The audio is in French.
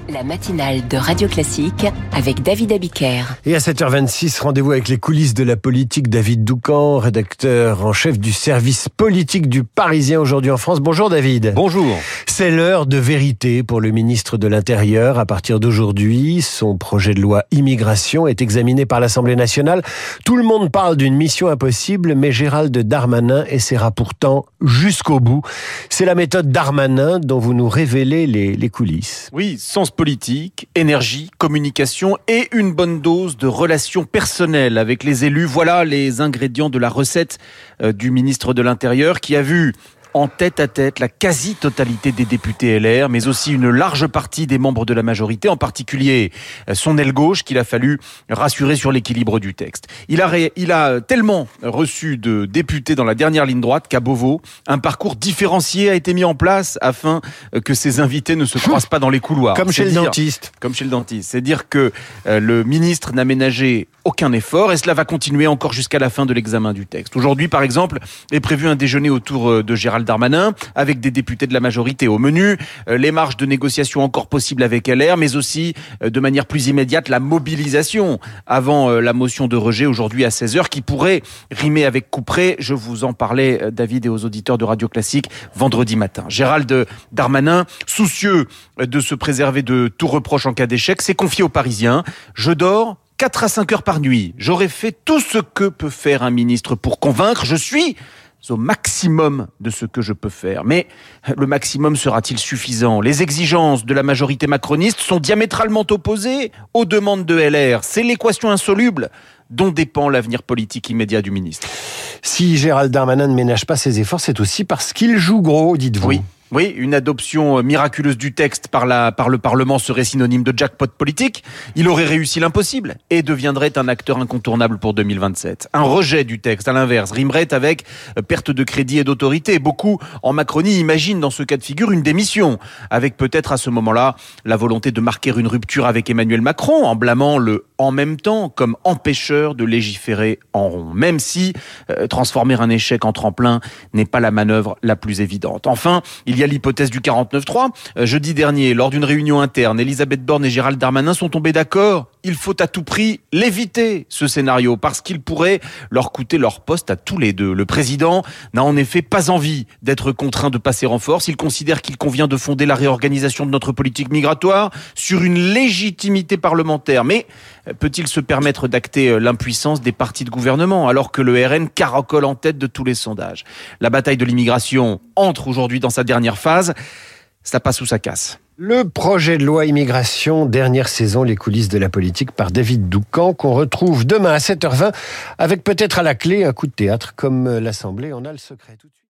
La matinale de Radio Classique avec David Abiker. Et à 7h26, rendez-vous avec les coulisses de la politique. David Doucan, rédacteur en chef du service politique du Parisien aujourd'hui en France. Bonjour David. Bonjour. C'est l'heure de vérité pour le ministre de l'Intérieur. À partir d'aujourd'hui, son projet de loi immigration est examiné par l'Assemblée nationale. Tout le monde parle d'une mission impossible, mais Gérald Darmanin essaiera pourtant jusqu'au bout. C'est la méthode Darmanin dont vous nous révélez les coulisses. Oui, sens politique, énergie, communication et une bonne dose de relations personnelles avec les élus. Voilà les ingrédients de la recette du ministre de l'Intérieur qui a vu en tête-à-tête la quasi-totalité des députés LR, mais aussi une large partie des membres de la majorité, en particulier son aile gauche, qu'il a fallu rassurer sur l'équilibre du texte. Il a tellement reçu de députés dans la dernière ligne droite qu'à Beauvau, un parcours différencié a été mis en place afin que ses invités ne se croisent pas dans les couloirs. Comme chez le dentiste. Comme chez le dentiste. C'est dire que le ministre n'a ménagé aucun effort et cela va continuer encore jusqu'à la fin de l'examen du texte. Aujourd'hui, par exemple, est prévu un déjeuner autour de Gérald Darmanin avec des députés de la majorité au menu, les marges de négociation encore possibles avec LR, mais aussi de manière plus immédiate la mobilisation avant la motion de rejet aujourd'hui à 16h qui pourrait rimer avec couperet. Je vous en parlais, David, et aux auditeurs de Radio Classique vendredi matin. Gérald Darmanin, soucieux de se préserver de tout reproche en cas d'échec, s'est confié aux Parisiens. Je dors 4 à 5 heures par nuit. J'aurais fait tout ce que peut faire un ministre pour convaincre. Je suis au maximum de ce que je peux faire. Mais le maximum sera-t-il suffisant ? Les exigences de la majorité macroniste sont diamétralement opposées aux demandes de LR. C'est l'équation insoluble dont dépend l'avenir politique immédiat du ministre. Si Gérald Darmanin ne ménage pas ses efforts, c'est aussi parce qu'il joue gros, dites-vous. Oui, une adoption miraculeuse du texte par le Parlement serait synonyme de jackpot politique. Il aurait réussi l'impossible et deviendrait un acteur incontournable pour 2027. Un rejet du texte, à l'inverse, rimerait avec perte de crédit et d'autorité. Beaucoup en Macronie imaginent dans ce cas de figure une démission, avec peut-être à ce moment-là la volonté de marquer une rupture avec Emmanuel Macron, en blâmant le « en même temps » comme empêcheur de légiférer en rond. Même si transformer un échec en tremplin n'est pas la manœuvre la plus évidente. Enfin, il y a l'hypothèse du 49.3. Jeudi dernier, lors d'une réunion interne, Elisabeth Borne et Gérald Darmanin sont tombés d'accord. Il faut à tout prix l'éviter, ce scénario, parce qu'il pourrait leur coûter leur poste à tous les deux. Le président n'a en effet pas envie d'être contraint de passer en force. Il considère qu'il convient de fonder la réorganisation de notre politique migratoire sur une légitimité parlementaire. Mais peut-il se permettre d'acter l'impuissance des partis de gouvernement alors que le RN caracole en tête de tous les sondages ? La bataille de l'immigration entre aujourd'hui dans sa dernière phase. Ça passe ou ça casse. Le projet de loi immigration, dernière saison, les coulisses de la politique par David Doucan, qu'on retrouve demain à 7h20 avec peut-être à la clé un coup de théâtre comme l'Assemblée en a le secret tout de suite.